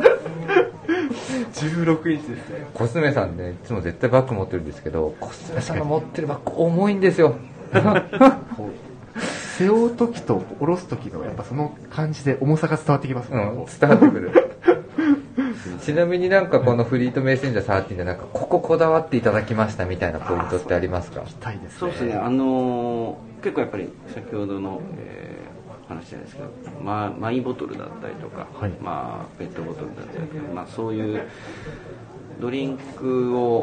Speaker 2: 16インチですね。
Speaker 1: コスメさんねいつも絶対バッグ持ってるんですけど、コスメさんの持ってるバッグ重いんですよ。
Speaker 2: 背負う時と下ろす時のやっぱその感じで重さが伝わってきますね。
Speaker 1: 伝わってくる。ちなみになんかこのフリートメッセンジャー13でなんかこだわっていただきましたみたいなポイントってありますか？
Speaker 3: そうですね。結構やっぱり先ほどの、話じゃないですけど、マイボトルだったりとか、まあペットボトルだったりとか、まあそういうドリンクを、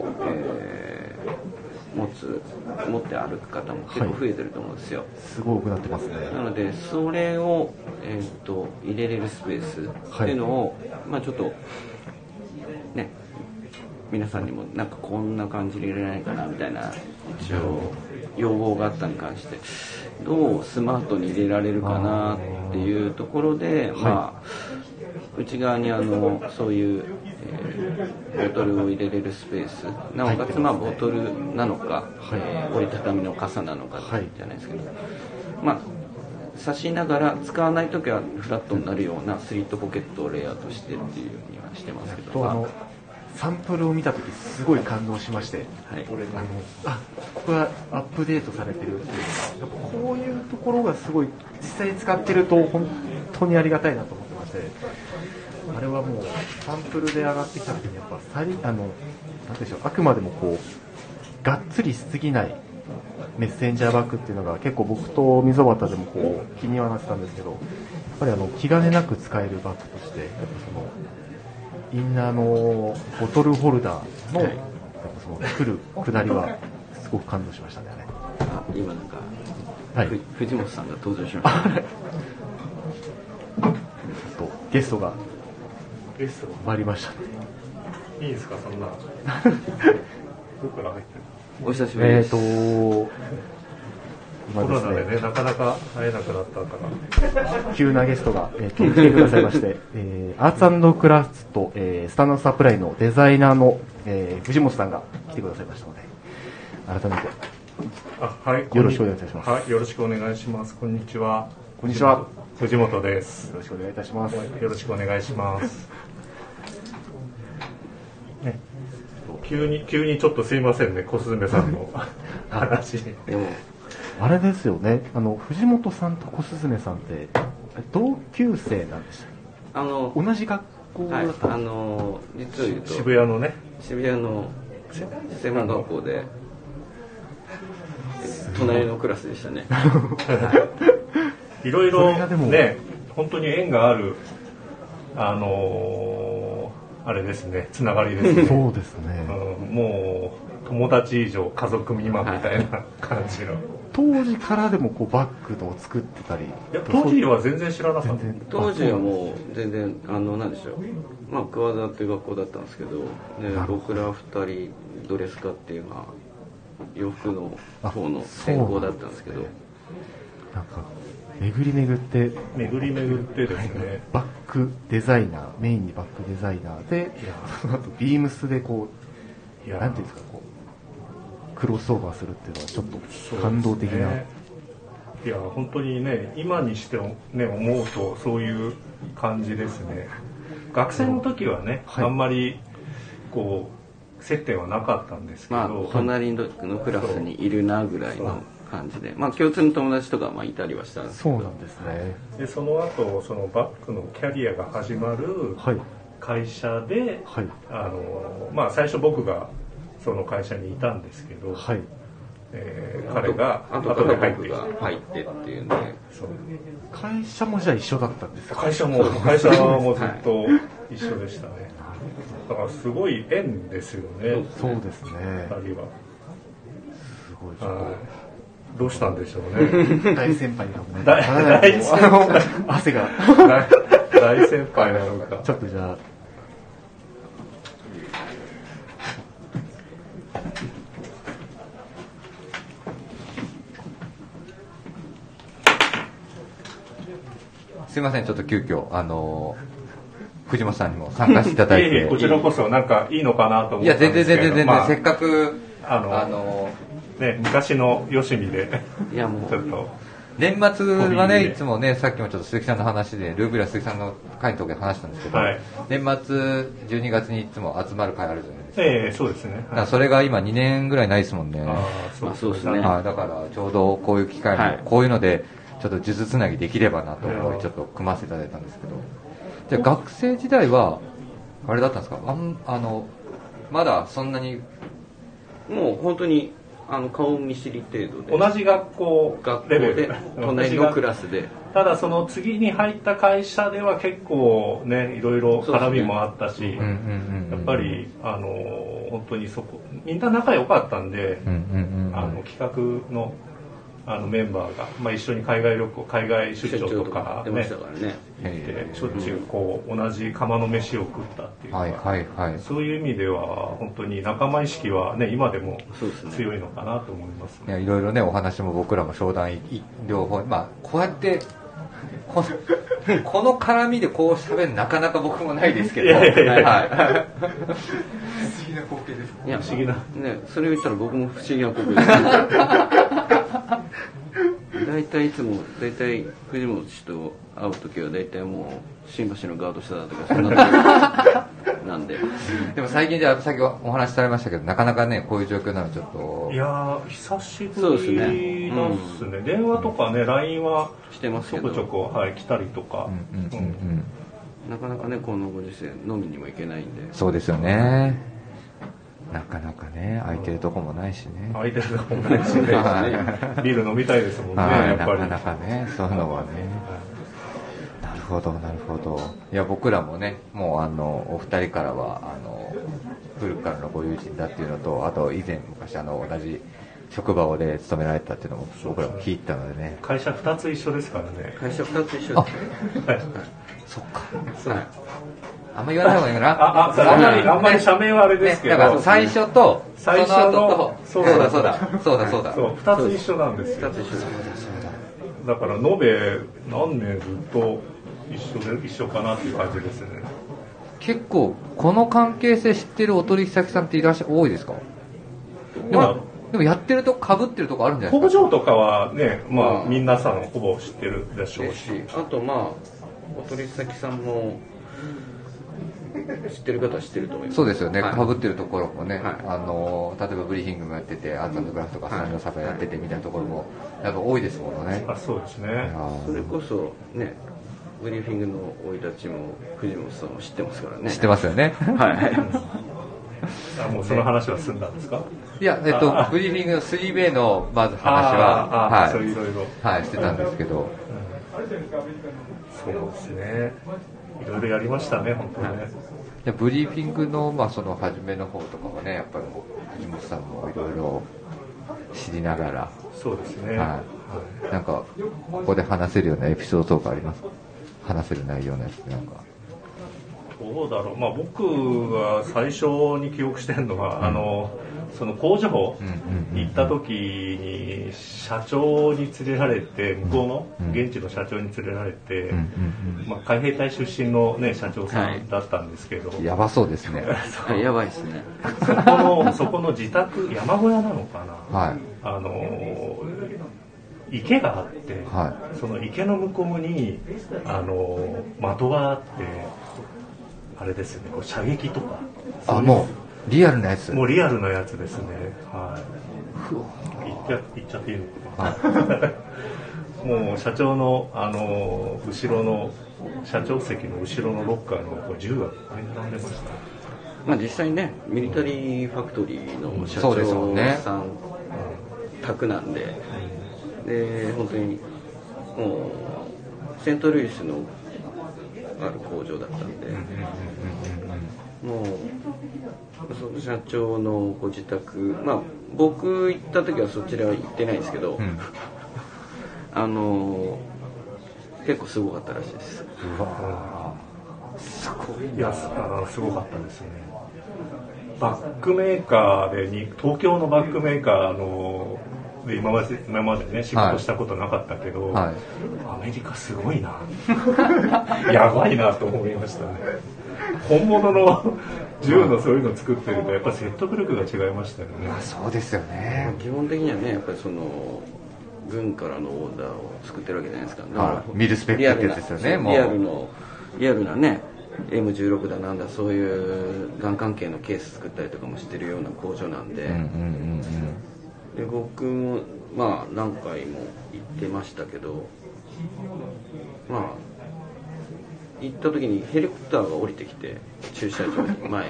Speaker 3: 持って歩く方も結構増えてると思うんですよ。
Speaker 2: すごい多くなってますね。
Speaker 3: なのでそれを、入れれるスペースっていうのを、まあちょっとね皆さんにもなんかこんな感じで入れれないかなみたいな一応要望があったに関してどうスマートに入れられるかなっていうところで、まあ内側にそういう、ボトルを入れれるスペースなおかつまあボトルなのか、折りたたみの傘なのかじゃないですけど、まあ差しながら使わないときはフラットになるようなスリットポケットをレイアウトしてっていうにはしてますけど、
Speaker 2: サンプルを見たときすごい感動しまして、ここがアップデートされてるっていうやっぱこういうところがすごい実際に使ってると本当にありがたいなと思ってまして、あれはもうサンプルで上がってきたときにやっぱなんでしょう、あくまでもこうがっつりしすぎないメッセンジャーバッグっていうのが結構僕と溝端でもこう気にはなってたんですけど、やっぱり気兼ねなく使えるバッグとしてやっぱそのインナーのボトルホルダーの、やっぱその作るくだりはすごく感動しましたね。
Speaker 3: 今なんか、藤本さんが登場しました。
Speaker 2: ゲストが参りましたね。
Speaker 4: いいですかそんな。どこから入ってる？
Speaker 3: お久しぶりです。
Speaker 4: コロナでねなかなか会えなくなったから
Speaker 2: 急なゲストが、来てくださいまして、アーツ&クラフト、スタンドサプライのデザイナーの、藤本さんが来てくださいましたので改めてよろしくお願いいたします。
Speaker 4: はい、よろしくお願いします。こんにちは。
Speaker 2: こんにちは。
Speaker 4: 藤本です。
Speaker 2: よろしくお願いいたします。
Speaker 4: よろしくお願いします。ね、急にちょっとすいませんね、小鈴さんの話。
Speaker 3: でも
Speaker 2: あれですよね。藤本さんと小鈴さんって同級生なんでした。同じ学校だったんです。
Speaker 3: 実を言うと
Speaker 4: 渋谷の
Speaker 3: 専門学校で隣のクラスでしたね。
Speaker 4: いろいろね、本当に縁があるあれですね、つながりですね。
Speaker 2: そうですね。
Speaker 4: もう友達以上家族未満みたいな感じの。
Speaker 2: 当時からでもこうバッグを作ってたり。い
Speaker 4: や当時は全然知らなかった。
Speaker 3: 当時はもう全然なんでしょう。まあ桑田っていう学校だったんですけど、ね、僕ら2人ドレス科っていう洋服の方の専攻だったんですけど、
Speaker 2: なんか巡り巡って
Speaker 4: ですね。
Speaker 2: バッグデザイナー、メインにバッグデザイナーで、その後ビームスでこうなんていうんですか、こうクロスオーバーするっていうのはちょっと感動的な。
Speaker 4: いや本当にね、今にしてね思うとそういう感じですね。学生の時はね、あんまりこう接点はなかったんですけど、
Speaker 3: 隣のクラスにいるなぐらいの感じで、共通の友達とかいたりはしたんですけど。
Speaker 2: そうなんですね。
Speaker 4: でその後そのバックのキャリアが始まる会社で、最初僕がその会社にいたんですけど、彼が後で入って
Speaker 3: っていうんで、
Speaker 2: 会社もじゃあ一緒だったんですか？
Speaker 4: 会社もずっと一緒でしたね。だからすごい縁ですよね。
Speaker 2: そうですね。
Speaker 4: 二人は
Speaker 2: すごいちょっと
Speaker 4: どうしたんでしょうね。
Speaker 2: 大先輩なのね。
Speaker 4: 大先輩
Speaker 2: 汗が
Speaker 4: 大先輩なのか。
Speaker 2: ちょっとじゃあ。
Speaker 1: すいません、ちょっと急遽藤本さんにも参加していただいて。
Speaker 4: こちらこそなんかいいのかなと思ったんですけど。
Speaker 1: 全然、せっかく
Speaker 4: 昔のよしみで
Speaker 3: いやもう
Speaker 4: ちょっと
Speaker 1: 年末はね、いつもね、さっきもちょっと鈴木さんの話でルーブラ鈴木さんの会の時に話したんですけど、年末12月にいつも集まる会あるじゃないですか。
Speaker 4: そうですね。
Speaker 1: それが今2年ぐらいないですもんね。
Speaker 3: そうですね。
Speaker 1: だからちょうどこういう機会も、こういうのでちょっと数珠つなぎできればなと思いちょっと組ませていただいたんですけど、じゃあ学生時代はあれだったんですか？まだそんなに
Speaker 3: もう本当に顔見知り程度で、
Speaker 4: 同じ学校
Speaker 3: で隣のクラスで、
Speaker 4: ただその次に入った会社では結構ねいろいろ絡みもあったし、やっぱり本当にみんな仲良かったんで、企画のメンバーが、一緒に海外出張とかね、しょっちゅうこう同じ釜の飯を食ったっていうか、そういう意味では本当に仲間意識はね今でも強いのかなと思いますね。
Speaker 1: いろいろねお話も僕らも商談両方、こうやってこの絡みでこう喋るなかなか僕もないですけど、不思議な光景ですね。
Speaker 3: いや不思議なね、それを言ったら僕も不思議な光景です。大体藤本氏と会う時は大体もう新橋のガード下だとかそんななんで。
Speaker 1: でも最近じゃあさっきお話しされましたけど、なかなかねこういう状況なのちょっと。
Speaker 4: いや久しぶりなんですね。電話とかね LINE は
Speaker 3: してますけど、
Speaker 4: ちょこちょこ来たりとか。
Speaker 3: なかなかねこのご時世飲みにも行けないんで。
Speaker 1: そうですよね。なかなかね空いてるとこもないしね。
Speaker 4: 空いてるとこもないしね。ビール飲みたいですもんね。やっぱり
Speaker 1: なかなかねそういうのはね。なるほどなるほど。いや僕らもねもうお二人からは古くからのご友人だっていうのと、あと以前昔同じ職場で勤められたっていうのも僕らも聞いたのでね。
Speaker 4: 会社2つ一緒ですからね。
Speaker 3: 会社2つ一緒です。
Speaker 1: そっか。あんま言わない方がいいかな。
Speaker 4: あんまり社名はあれですけど。
Speaker 1: だから最初とその後と
Speaker 4: そう
Speaker 1: だ。
Speaker 4: そう
Speaker 1: 2
Speaker 4: つ一緒なんですよ。
Speaker 3: 2つ一緒
Speaker 4: だから延べ何年ずっと一緒かなっていう感じですね。結
Speaker 1: 構この関係性知ってるお取引先さんって多いですか？でもやってると被ってるとこあるんじゃないですか？
Speaker 4: 工場とかはね、皆さんほぼ知ってるでしょうし、
Speaker 3: あとお取引先さんも知ってる方は知ってると思います。
Speaker 1: そうですよね。被ってるところもね、例えばブリーフィングもやってて、アーツ&グラフとか産業サプライやっててみたいなところもやっぱ多いですものね。
Speaker 4: そうですね。
Speaker 3: それこそね、ブリーフィングの生い立ちも藤本さんも知ってますからね。
Speaker 1: 知ってますよね。
Speaker 4: もうその話は済んだんですか？
Speaker 1: いや、ブリーフィングの 3way のまず話は、
Speaker 4: そういろいろ
Speaker 1: してたんですけど、
Speaker 4: そうですね。いろいろやりましたね、本当にね。
Speaker 1: ブリーフィングのその初めの方とかもね、やっぱり藤本さんもいろいろ知りながら、
Speaker 4: そうですね。
Speaker 1: なんかここで話せるようなエピソードとかありますか？話せる内容のやつなんか。
Speaker 4: どうだろう。僕が最初に記憶してるのは、その工場行った時に社長に連れられて、向こうの現地の社長に連れられて、海兵隊出身のね社長さんだったんですけど、
Speaker 1: やばそうですね。
Speaker 3: やばいですね。
Speaker 4: そこの自宅山小屋なのかな。 池があって、
Speaker 1: はい、
Speaker 4: その池の向こうに的があって、あれですよね、こう射撃とか。
Speaker 1: もうリアルなやつ。
Speaker 4: もうリアルなやつですね。はい。言っちゃっていいのかな。はい、もう社長の後ろの社長席の後ろのロッカーの銃が並んでました。
Speaker 3: まあ実際ね、ミリタリーファクトリーの社
Speaker 1: 長
Speaker 3: さん宅なんで、で本当にもうセントルイスのある工場だったんで、もうその社長のご自宅、まあ僕行った時はそちらは行ってないんですけど、結構すごかったらしいです。
Speaker 4: うわすごい。いやすごかったですね。バッグメーカーで東京のバッグメーカーで今までね仕事したことなかったけど、はい、アメリカすごいなやばいなと思いましたね。本物の銃のそういうの作ってるとやっぱ説得力が違いましたよね。
Speaker 1: そうですよね。
Speaker 3: 基本的にはねやっぱりその軍からのオーダーを作ってるわけじゃないですか。だから
Speaker 1: ミルスペックってやつですよね。
Speaker 3: リアルなね M16 だなんだそういうガン関係のケース作ったりとかもしてるような工場なんで、で僕もまあ何回も行ってましたけど、まあ行った時にヘリコプターが降りてきて駐車場に前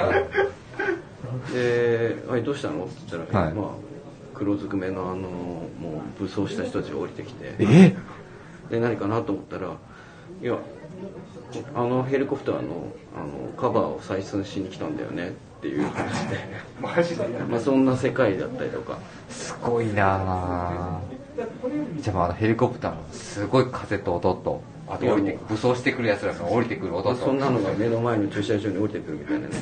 Speaker 3: で「どうしたの?」って言ったら、はい、まあ黒ずくめのもう武装した人たちが降りてきて、で何かなと思ったらいやヘリコプターのカバーを採寸しに来たんだよねっていう話でマジで、まあ、そんな世界だったりとか
Speaker 1: すごいな。じゃあヘリコプターのすごい風と音とあと降りて武装してくるやつらの降りてくる音と
Speaker 3: そんなのが目の前の駐車場に降りてくるみたいなね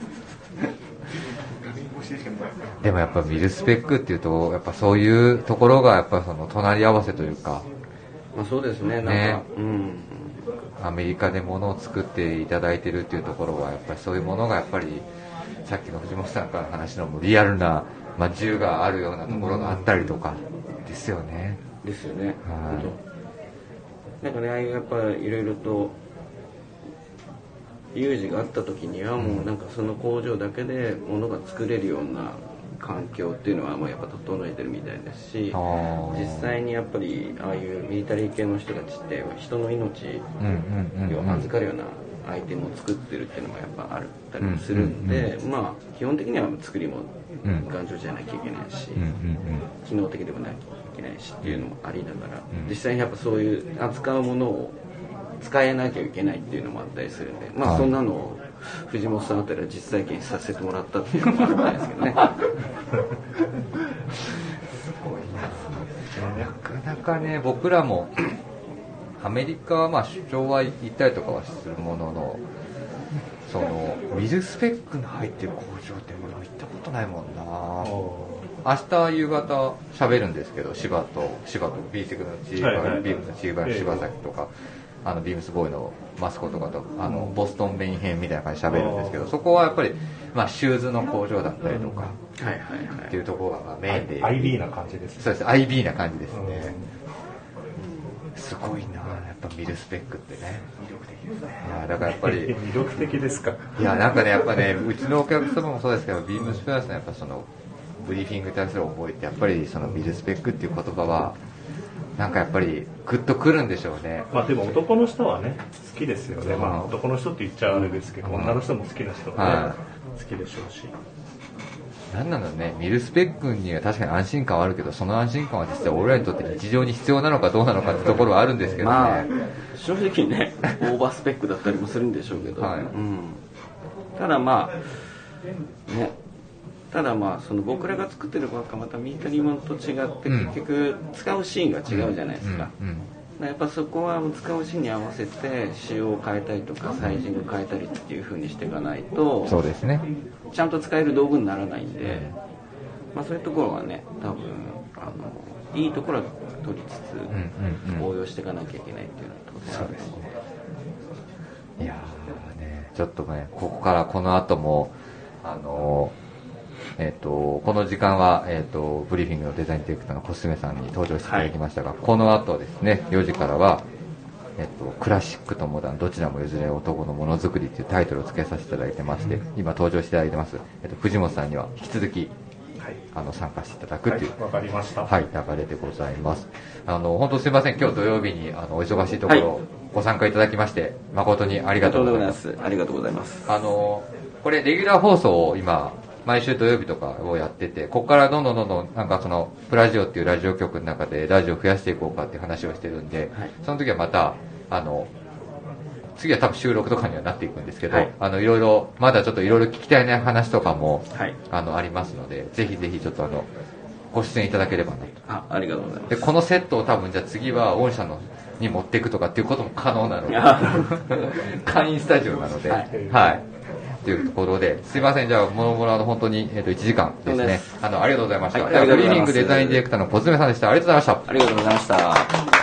Speaker 1: でもやっぱミルスペックっていうとやっぱそういうところがやっぱその隣り合わせというか、
Speaker 3: まあ、そうですね。
Speaker 1: アメリカで物を作っていただいてるっていうところはやっぱりそういうものがやっぱりさっきの藤本さんからの話のリアルな、銃があるようなところがあったりとかですよね。
Speaker 3: ですよね。なんかねやっぱりいろいろと有事があった時にはもうなんかその工場だけで物が作れるような環境っていうのはもうやっぱ整えてるみたいですし、実際にやっぱりああいうミリタリー系の人たちって人の命を預かるようなアイテムを作ってるっていうのがやっぱあったりもするんで、まあ基本的には作りも頑丈じゃなきゃいけないし、機能的でもなきゃいけないしっていうのもありながら、実際にやっぱそういう扱うものを使えなきゃいけないっていうのもあったりするんで、まあそんなのを藤本さんあたりは実体験させてもらったっていうのもあるんですけどね。
Speaker 1: すごいな。なかなかね僕らもアメリカは出張は行ったりとかはするものの、そのミルスペックの入ってる工場って俺は行ったことないもんな。明日夕方喋るんですけど柴とビーセクのチーバー、ビームのチーバー柴崎とか。ビームスボーイのマスコとかとボストンメイン編みたいな感じで喋るんですけど、そこはやっぱり、シューズの工場だったりとかっていうところがメインで
Speaker 4: IB な感じですね。
Speaker 1: そうです IB な感じですね。すごいな。やっぱミルスペックってね魅力的ですね。いやだからやっぱり
Speaker 4: 魅力的ですか。
Speaker 1: いやなんかねやっぱねうちのお客様もそうですけどビームスプラスのやっぱそのブリーフィングに対する思いってやっぱりそのミルスペックっていう言葉はなんかやっぱりグッとくるんでしょうね。
Speaker 4: でも男の人はね好きですよね。男の人って言っちゃあれですけど、女の人も好きな人はね、好きでしょうし。
Speaker 1: なんなのね、ミルスペックには確かに安心感はあるけど、その安心感は実際俺らにとって日常に必要なのかどうなのかってところはあるんですけどね。
Speaker 3: 正直ねオーバースペックだったりもするんでしょうけど、ただただその僕らが作ってるバッグはまたミリタリーものと違って結局使うシーンが違うじゃないですか。やっぱそこは使うシーンに合わせて仕様を変えたりとかサイジング変えたりっていう風にしていかないと、
Speaker 1: そうですね、
Speaker 3: ちゃんと使える道具にならないんで、そういうところはね多分いいところは取りつつ応用していかなきゃいけないっていうのは当然あるんですね。
Speaker 1: いやねちょっとねここからこの後もこの時間は、ブリーフィングのデザインディレクターのコスメさんに登場していただきましたが、この後ですね、4時からは、クラシックとモダンどちらも譲れない男のものづくりというタイトルを付けさせていただいてまして、今登場していただいてます、藤本さんには引き続き、参加していただくという、
Speaker 4: わかりました。
Speaker 1: 流れでございます。本当すいません、今日土曜日にお忙しいところ、ご参加いただきまして誠にありがとうございます。
Speaker 3: ありがとうございます。
Speaker 1: これレギュラー放送を今毎週土曜日とかをやってて、ここからどんどんなんかそのプラジオっていうラジオ局の中でラジオを増やしていこうかっていう話をしてるんで、その時はまた次は多分収録とかにはなっていくんですけど、いろいろまだちょっといろいろ聞きたいね話とかも、ありますので、ぜひぜひちょっとご出演いただければなと。
Speaker 3: ありがとうございます。
Speaker 1: でこのセットを多分じゃあ次は御社のに持っていくとかっていうことも可能なので会員スタジオなので、というところで、すいません、じゃあもろもろ本当に1時間ですね、ありがとうございました。ブリーフィングデザインディレクターの小爪さんでした。ありがとうございました。
Speaker 3: ありがとうございました。